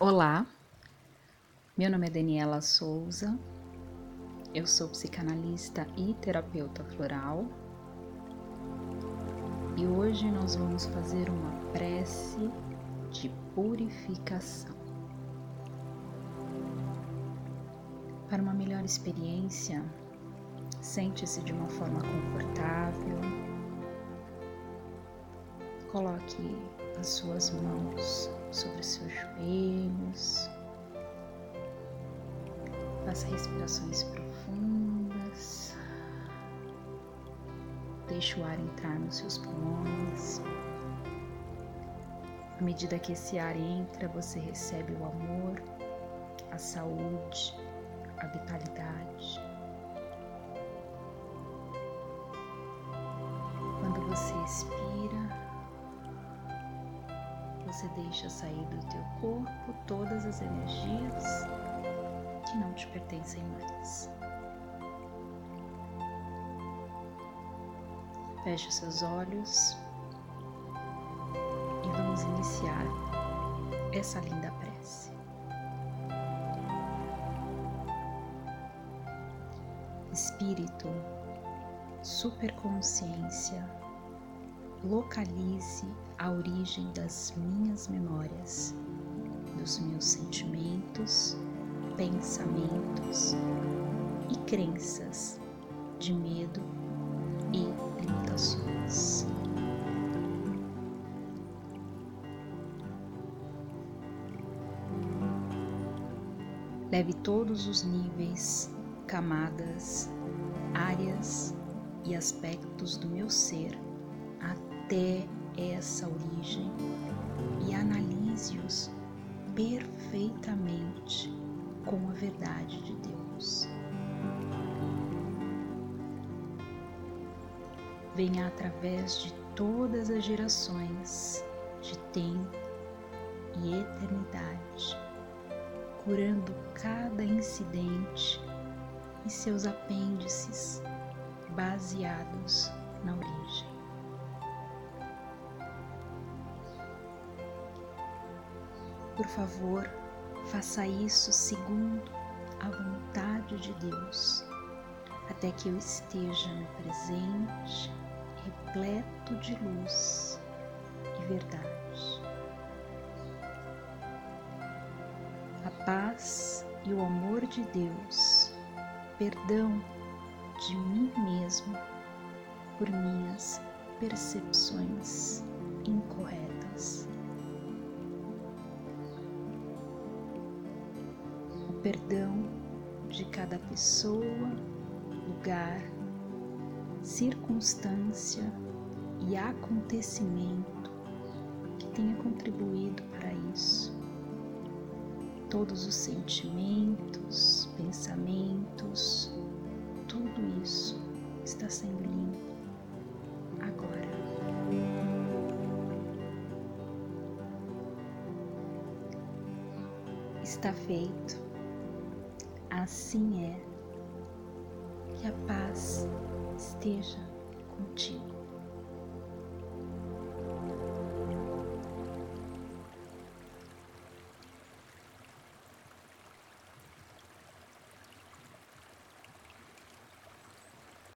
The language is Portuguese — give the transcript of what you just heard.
Olá, meu nome é Daniela Souza, eu sou psicanalista e terapeuta floral e hoje nós vamos fazer uma prece de purificação. Para uma melhor experiência, sente-se de uma forma confortável, coloque as suas mãos sobre os seus joelhos. Faça respirações profundas, deixe o ar entrar nos seus pulmões. À medida que esse ar entra, você recebe o amor, a saúde, a vitalidade. Quando você expira, você deixa sair do teu corpo todas as energias que não te pertencem mais. Feche os seus olhos e vamos iniciar essa linda prece. Espírito, superconsciência, localize a origem das minhas memórias, dos meus sentimentos, pensamentos e crenças de medo e limitações. Leve todos os níveis, camadas, áreas e aspectos do meu ser até essa origem e analise-os perfeitamente com a verdade de Deus. Venha através de todas as gerações, de tempo e eternidade, curando cada incidente e seus apêndices baseados na origem. Por favor, faça isso segundo a vontade de Deus, até que eu esteja no presente, repleto de luz e verdade. A paz e o amor de Deus, perdão de mim mesmo por minhas percepções incorretas. O perdão de cada pessoa, lugar, circunstância e acontecimento que tenha contribuído para isso. Todos os sentimentos, pensamentos, tudo isso está sendo limpo agora. Está feito, assim é. Que a paz esteja contigo.